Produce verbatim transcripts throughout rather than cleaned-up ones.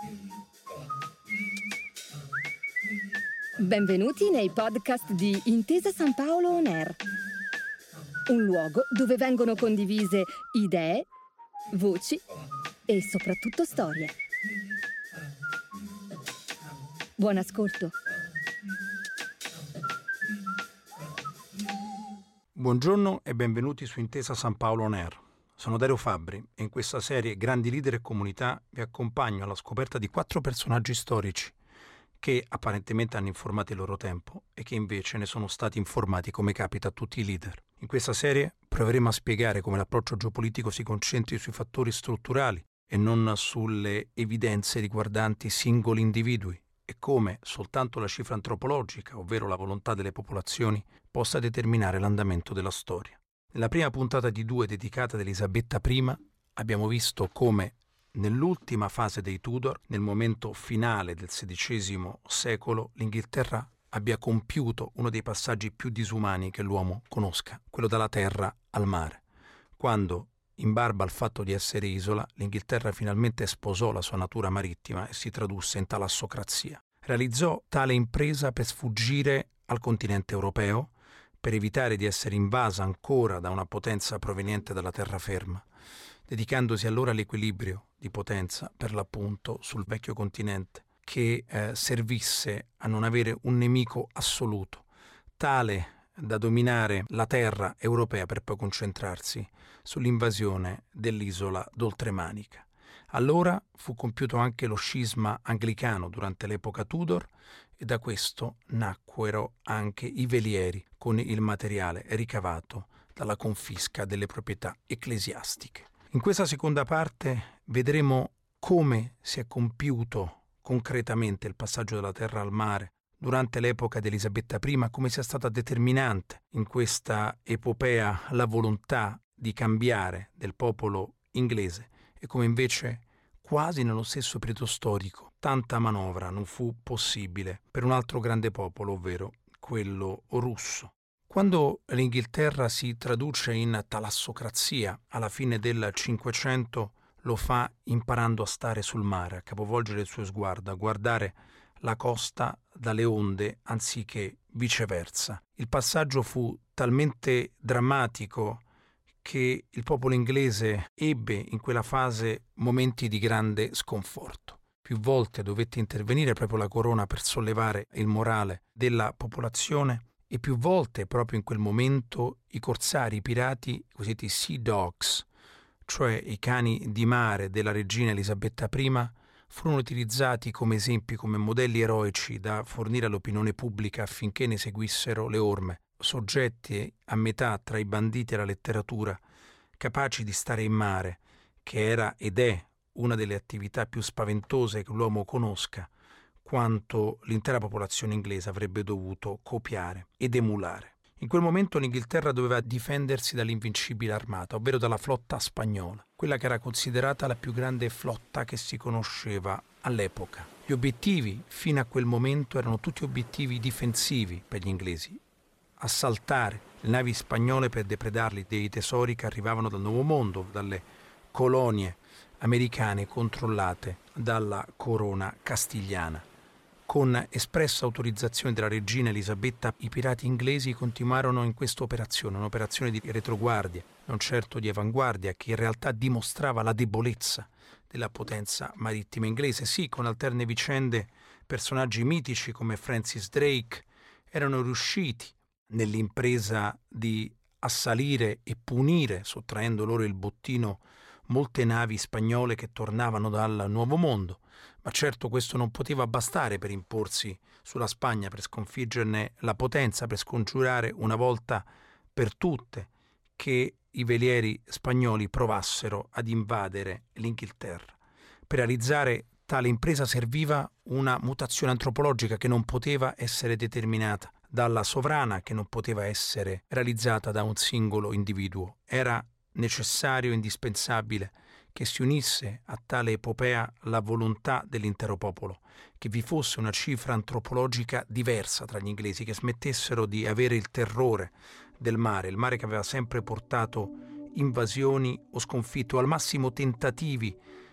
Benvenuti nei podcast di Intesa San Paolo On Air, un luogo dove vengono condivise idee, voci e soprattutto storie. Buon ascolto. Buongiorno e benvenuti su Intesa San Paolo On Air. Sono Dario Fabbri e in questa serie Grandi Leader e Comunità vi accompagno alla scoperta di quattro personaggi storici che apparentemente hanno informato il loro tempo e che invece ne sono stati informati come capita a tutti i leader. In questa serie proveremo a spiegare come l'approccio geopolitico si concentri sui fattori strutturali e non sulle evidenze riguardanti singoli individui e come soltanto la cifra antropologica, ovvero la volontà delle popolazioni, possa determinare l'andamento della storia. Nella prima puntata di due dedicata ad Elisabetta prima abbiamo visto come nell'ultima fase dei Tudor, nel momento finale del sedicesimo secolo, l'Inghilterra abbia compiuto uno dei passaggi più disumani che l'uomo conosca, quello dalla terra al mare, quando, in barba al fatto di essere isola, l'Inghilterra finalmente sposò la sua natura marittima e si tradusse in talassocrazia. Realizzò tale impresa per sfuggire al continente europeo, per evitare di essere invasa ancora da una potenza proveniente dalla terraferma, dedicandosi allora all'equilibrio di potenza, per l'appunto, sul vecchio continente, che eh, servisse a non avere un nemico assoluto, tale da dominare la terra europea per poi concentrarsi sull'invasione dell'isola d'Oltremanica. Allora fu compiuto anche lo scisma anglicano durante l'epoca Tudor e da questo nacquero anche i velieri con il materiale ricavato dalla confisca delle proprietà ecclesiastiche. In questa seconda parte vedremo come si è compiuto concretamente il passaggio dalla terra al mare durante l'epoca di Elisabetta prima, come sia stata determinante in questa epopea la volontà di cambiare del popolo inglese e come invece quasi nello stesso periodo storico tanta manovra non fu possibile per un altro grande popolo, ovvero quello russo. Quando l'Inghilterra si traduce in talassocrazia alla fine del Cinquecento, lo fa imparando a stare sul mare, a capovolgere il suo sguardo, a guardare la costa dalle onde anziché viceversa. Il passaggio fu talmente drammatico che il popolo inglese ebbe in quella fase momenti di grande sconforto. Più volte dovette intervenire proprio la corona per sollevare il morale della popolazione e più volte proprio in quel momento i corsari, i pirati, i cosiddetti Sea Dogs, cioè i cani di mare della regina Elisabetta prima, furono utilizzati come esempi, come modelli eroici da fornire all'opinione pubblica affinché ne seguissero le orme, soggetti a metà tra i banditi e la letteratura, capaci di stare in mare, che era ed è una delle attività più spaventose che l'uomo conosca, quanto l'intera popolazione inglese avrebbe dovuto copiare ed emulare. In quel momento l'Inghilterra doveva difendersi dall'invincibile armata, ovvero dalla flotta spagnola, quella che era considerata la più grande flotta che si conosceva all'epoca. Gli obiettivi fino a quel momento erano tutti obiettivi difensivi per gli inglesi. Assaltare le navi spagnole per depredarli dei tesori che arrivavano dal Nuovo Mondo, dalle colonie americane controllate dalla corona castigliana. Con espressa autorizzazione della regina Elisabetta, i pirati inglesi continuarono in questa operazione, un'operazione di retroguardia, non certo di avanguardia, che in realtà dimostrava la debolezza della potenza marittima inglese. Sì, con alterne vicende, personaggi mitici come Francis Drake erano riusciti nell'impresa di assalire e punire, sottraendo loro il bottino, molte navi spagnole che tornavano dal Nuovo Mondo, ma certo questo non poteva bastare per imporsi sulla Spagna, per sconfiggerne la potenza, per scongiurare una volta per tutte che i velieri spagnoli provassero ad invadere l'Inghilterra. Per realizzare tale impresa serviva una mutazione antropologica che non poteva essere determinata dalla sovrana, che non poteva essere realizzata da un singolo individuo. Era necessario e indispensabile che si unisse a tale epopea la volontà dell'intero popolo, che vi fosse una cifra antropologica diversa tra gli inglesi, che smettessero di avere il terrore del mare, il mare che aveva sempre portato invasioni o sconfitte o al massimo tentativi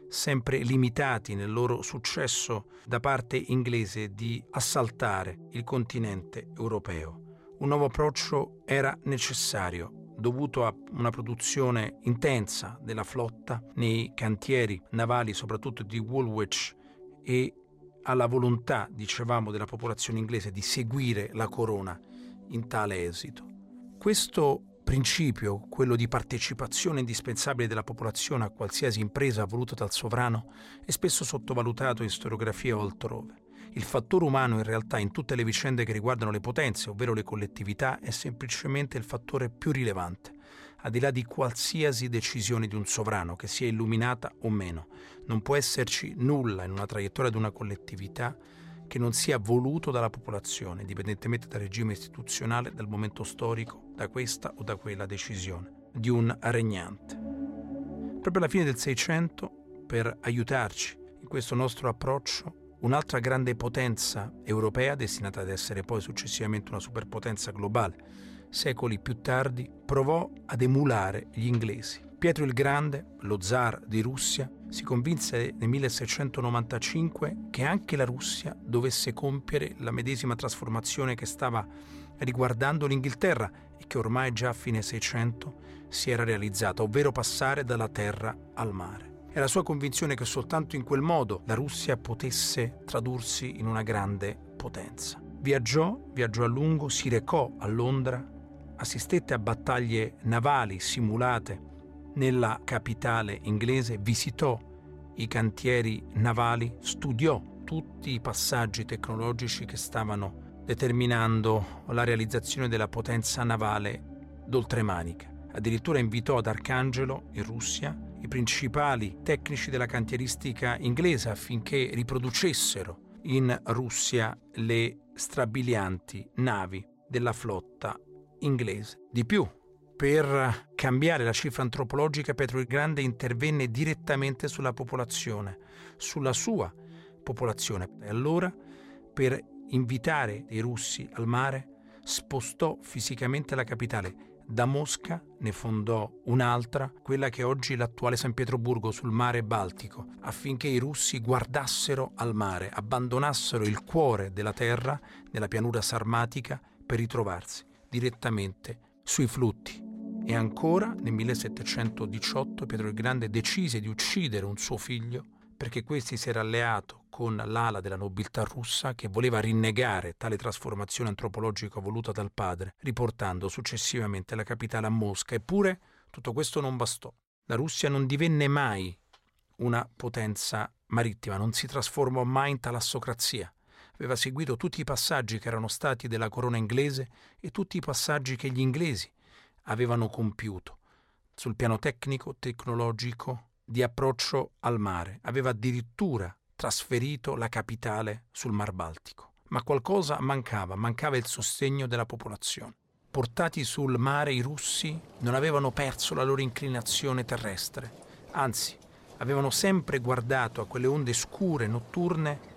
sempre limitati nel loro successo da parte inglese di assaltare il continente europeo. Un nuovo approccio era necessario, dovuto a una produzione intensa della flotta nei cantieri navali, soprattutto di Woolwich, e alla volontà, dicevamo, della popolazione inglese di seguire la corona in tale esito. Questo principio, quello di partecipazione indispensabile della popolazione a qualsiasi impresa voluta dal sovrano, è spesso sottovalutato in storiografia o altrove. Il fattore umano in realtà in tutte le vicende che riguardano le potenze, ovvero le collettività, è semplicemente il fattore più rilevante, al di là di qualsiasi decisione di un sovrano, che sia illuminata o meno. Non può esserci nulla in una traiettoria di una collettività che non sia voluto dalla popolazione, indipendentemente dal regime istituzionale, dal momento storico, da questa o da quella decisione di un regnante. Proprio alla fine del Seicento, per aiutarci in questo nostro approccio, un'altra grande potenza europea, destinata ad essere poi successivamente una superpotenza globale, secoli più tardi, provò ad emulare gli inglesi. Pietro il Grande, lo zar di Russia, si convinse nel milleseicentonovantacinque che anche la Russia dovesse compiere la medesima trasformazione che stava riguardando l'Inghilterra e che ormai già a fine Seicento si era realizzata, ovvero passare dalla terra al mare. Era la sua convinzione che soltanto in quel modo la Russia potesse tradursi in una grande potenza. Viaggiò, viaggiò a lungo, si recò a Londra, assistette a battaglie navali simulate nella capitale inglese, visitò i cantieri navali, studiò tutti i passaggi tecnologici che stavano determinando la realizzazione della potenza navale d'oltremanica. Addirittura invitò ad Arcangelo, in Russia, i principali tecnici della cantieristica inglese affinché riproducessero in Russia le strabilianti navi della flotta inglese. Di più, per cambiare la cifra antropologica, Pietro il Grande intervenne direttamente sulla popolazione, sulla sua popolazione. E allora, per invitare i russi al mare, spostò fisicamente la capitale. Da Mosca ne fondò un'altra, quella che oggi è l'attuale San Pietroburgo, sul mare Baltico, affinché i russi guardassero al mare, abbandonassero il cuore della terra, nella pianura sarmatica, per ritrovarsi direttamente sui flutti. E ancora, nel millesettecentodiciotto, Pietro il Grande decise di uccidere un suo figlio perché questi si era alleato con l'ala della nobiltà russa che voleva rinnegare tale trasformazione antropologica voluta dal padre, riportando successivamente la capitale a Mosca. Eppure tutto questo non bastò. La Russia non divenne mai una potenza marittima, non si trasformò mai in talassocrazia. Aveva seguito tutti i passaggi che erano stati della corona inglese e tutti i passaggi che gli inglesi avevano compiuto sul piano tecnico, tecnologico, di approccio al mare. Aveva addirittura trasferito la capitale sul Mar Baltico. Ma qualcosa mancava, mancava il sostegno della popolazione. Portati sul mare, i russi non avevano perso la loro inclinazione terrestre, anzi, avevano sempre guardato a quelle onde scure notturne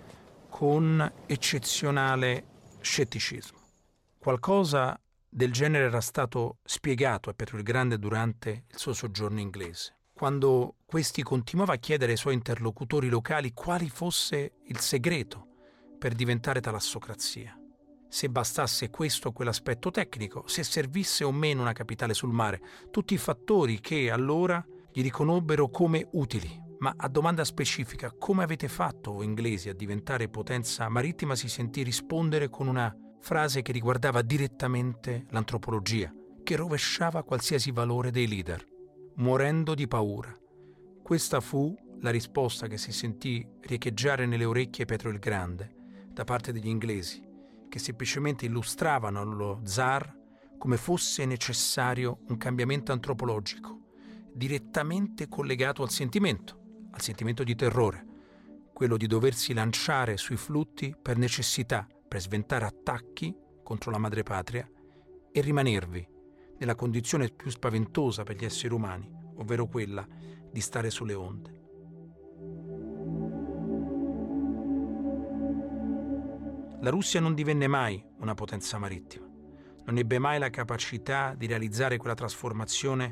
con eccezionale scetticismo. Qualcosa del genere era stato spiegato a Pietro il Grande durante il suo soggiorno inglese, quando questi continuava a chiedere ai suoi interlocutori locali quale fosse il segreto per diventare talassocrazia. Se bastasse questo o quell'aspetto tecnico, se servisse o meno una capitale sul mare, tutti i fattori che allora gli riconobbero come utili. Ma a domanda specifica, come avete fatto voi inglesi a diventare potenza marittima, si sentì rispondere con una frase che riguardava direttamente l'antropologia, che rovesciava qualsiasi valore dei leader, morendo di paura. Questa fu la risposta che si sentì riecheggiare nelle orecchie Pietro il Grande da parte degli inglesi, che semplicemente illustravano allo zar come fosse necessario un cambiamento antropologico, direttamente collegato al sentimento, al sentimento di terrore, quello di doversi lanciare sui flutti per necessità, per sventare attacchi contro la madrepatria e rimanervi nella condizione più spaventosa per gli esseri umani, ovvero quella di stare sulle onde. La Russia non divenne mai una potenza marittima, non ebbe mai la capacità di realizzare quella trasformazione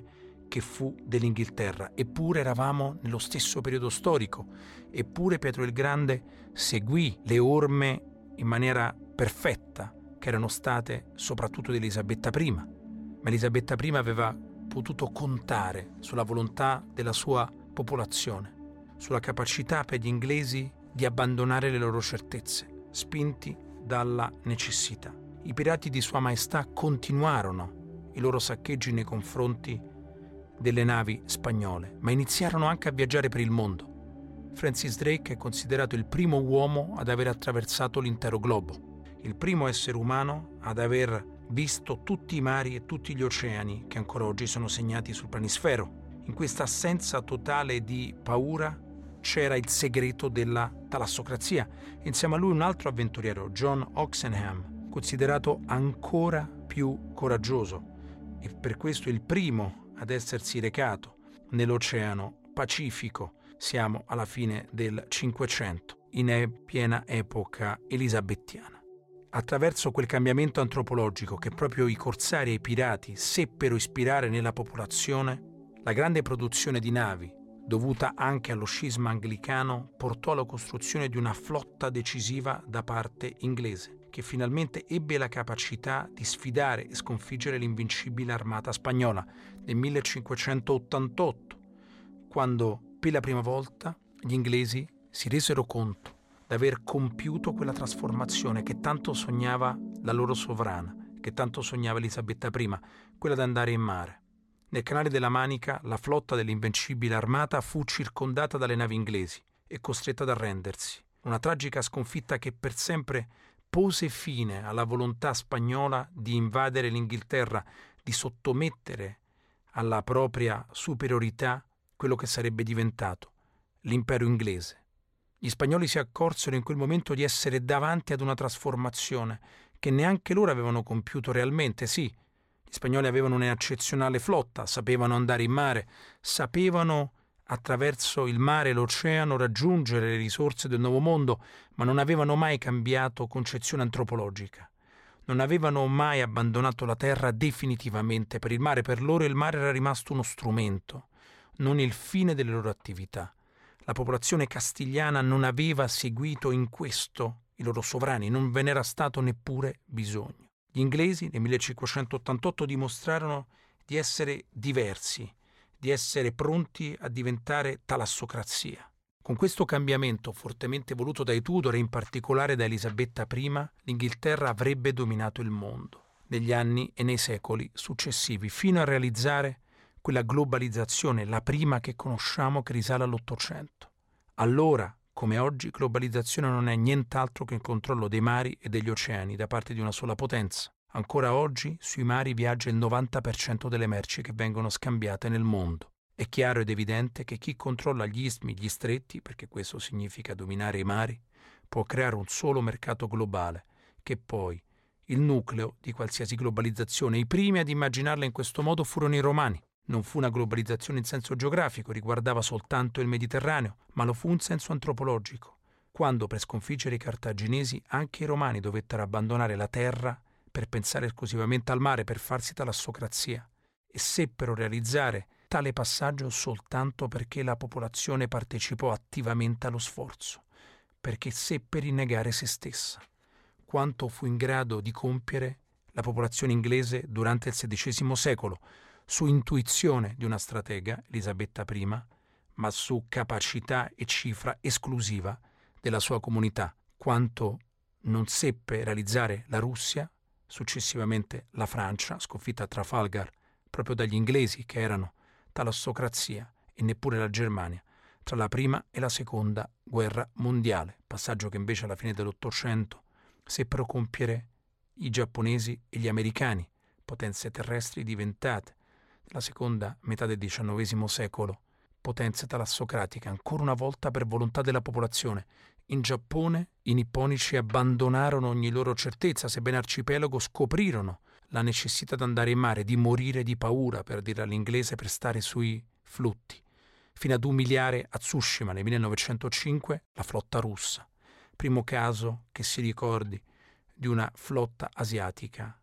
che fu dell'Inghilterra. Eppure eravamo nello stesso periodo storico, eppure Pietro il Grande seguì le orme in maniera perfetta, che erano state soprattutto di Elisabetta prima. Ma Elisabetta prima aveva potuto contare sulla volontà della sua popolazione, sulla capacità per gli inglesi di abbandonare le loro certezze, spinti dalla necessità. I pirati di Sua Maestà continuarono i loro saccheggi nei confronti delle navi spagnole, ma iniziarono anche a viaggiare per il mondo. Francis Drake è considerato il primo uomo ad aver attraversato l'intero globo, il primo essere umano ad aver visto tutti i mari e tutti gli oceani che ancora oggi sono segnati sul planisfero. In questa assenza totale di paura c'era il segreto della talassocrazia. Insieme a lui un altro avventuriero, John Oxenham, considerato ancora più coraggioso e per questo il primo ad essersi recato nell'Oceano Pacifico. Siamo alla fine del Cinquecento, in e- piena epoca elisabettiana. Attraverso quel cambiamento antropologico che proprio i corsari e i pirati seppero ispirare nella popolazione, la grande produzione di navi, dovuta anche allo scisma anglicano, portò alla costruzione di una flotta decisiva da parte inglese, che finalmente ebbe la capacità di sfidare e sconfiggere l'invincibile armata spagnola nel millecinquecentottantotto, quando per la prima volta gli inglesi si resero conto di aver compiuto quella trasformazione che tanto sognava la loro sovrana, che tanto sognava Elisabetta prima, quella di andare in mare. Nel canale della Manica la flotta dell'invincibile armata fu circondata dalle navi inglesi e costretta ad arrendersi. Una tragica sconfitta che per sempre pose fine alla volontà spagnola di invadere l'Inghilterra, di sottomettere alla propria superiorità quello che sarebbe diventato l'impero inglese. Gli spagnoli si accorsero in quel momento di essere davanti ad una trasformazione che neanche loro avevano compiuto realmente. Sì, gli spagnoli avevano un'eccezionale flotta, sapevano andare in mare, sapevano attraverso il mare e l'oceano raggiungere le risorse del Nuovo Mondo, ma non avevano mai cambiato concezione antropologica. Non avevano mai abbandonato la terra definitivamente per il mare. Per loro il mare era rimasto uno strumento, non il fine delle loro attività. La popolazione castigliana non aveva seguito in questo i loro sovrani, non ve n'era stato neppure bisogno. Gli inglesi nel millecinquecentottantotto dimostrarono di essere diversi, di essere pronti a diventare talassocrazia. Con questo cambiamento fortemente voluto dai Tudor e in particolare da Elisabetta prima, l'Inghilterra avrebbe dominato il mondo negli anni e nei secoli successivi, fino a realizzare quella globalizzazione, la prima che conosciamo, che risale all'Ottocento. Allora, come oggi, globalizzazione non è nient'altro che il controllo dei mari e degli oceani da parte di una sola potenza. Ancora oggi sui mari viaggia il novanta per cento delle merci che vengono scambiate nel mondo. È chiaro ed evidente che chi controlla gli istmi, gli stretti, perché questo significa dominare i mari, può creare un solo mercato globale, che poi il nucleo di qualsiasi globalizzazione. I primi ad immaginarla in questo modo furono i romani. Non fu una globalizzazione in senso geografico, riguardava soltanto il Mediterraneo, ma lo fu in senso antropologico, quando per sconfiggere i cartaginesi anche i romani dovettero abbandonare la terra per pensare esclusivamente al mare, per farsi talassocrazia, e seppero realizzare tale passaggio soltanto perché la popolazione partecipò attivamente allo sforzo, perché seppe rinnegare se stessa, quanto fu in grado di compiere la popolazione inglese durante il sedicesimo secolo, su intuizione di una stratega, Elisabetta prima, ma su capacità e cifra esclusiva della sua comunità, quanto non seppe realizzare la Russia, successivamente la Francia, sconfitta a Trafalgar proprio dagli inglesi che erano talassocrazia, e neppure la Germania, tra la prima e la seconda guerra mondiale, passaggio che invece alla fine dell'Ottocento seppero compiere i giapponesi e gli americani, potenze terrestri diventate, nella seconda metà del diciannovesimo secolo, potenze talassocratiche, ancora una volta per volontà della popolazione. In Giappone i nipponici abbandonarono ogni loro certezza, sebbene arcipelago scoprirono la necessità di andare in mare, di morire di paura, per dire all'inglese, per stare sui flutti, fino ad umiliare a Tsushima nel millenovecentocinque la flotta russa, primo caso che si ricordi di una flotta asiatica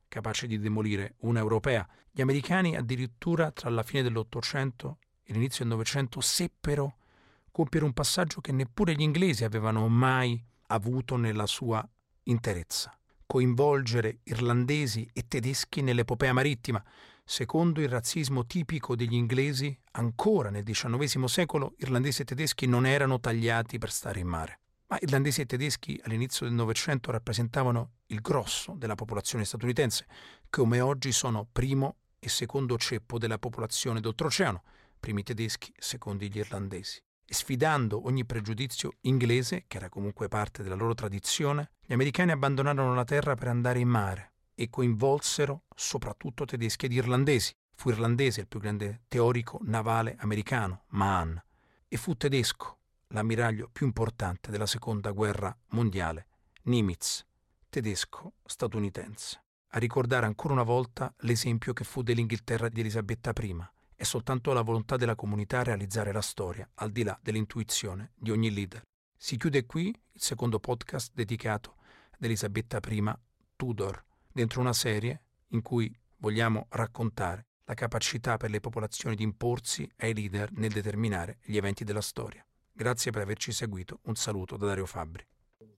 capace di demolire una europea. Gli americani addirittura tra la fine dell'Ottocento e l'inizio del Novecento seppero compiere un passaggio che neppure gli inglesi avevano mai avuto nella sua interezza: coinvolgere irlandesi e tedeschi nell'epopea marittima. Secondo il razzismo tipico degli inglesi, ancora nel diciannovesimo secolo irlandesi e tedeschi non erano tagliati per stare in mare. Ma irlandesi e tedeschi all'inizio del Novecento rappresentavano il grosso della popolazione statunitense, come oggi sono primo e secondo ceppo della popolazione d'oltreoceano, primi tedeschi, secondi gli irlandesi. E sfidando ogni pregiudizio inglese, che era comunque parte della loro tradizione, gli americani abbandonarono la terra per andare in mare e coinvolsero soprattutto tedeschi ed irlandesi. Fu irlandese il più grande teorico navale americano, Mahan, e fu tedesco l'ammiraglio più importante della seconda guerra mondiale, Nimitz, tedesco statunitense. A ricordare ancora una volta l'esempio che fu dell'Inghilterra di Elisabetta prima. È soltanto la volontà della comunità a realizzare la storia, al di là dell'intuizione di ogni leader. Si chiude qui il secondo podcast dedicato ad Elisabetta prima Tudor, dentro una serie in cui vogliamo raccontare la capacità per le popolazioni di imporsi ai leader nel determinare gli eventi della storia. Grazie per averci seguito, un saluto da Dario Fabbri.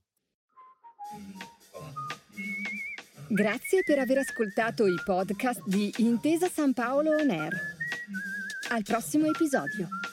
Grazie per aver ascoltato i podcast di Intesa San Paolo On Air. Al prossimo episodio.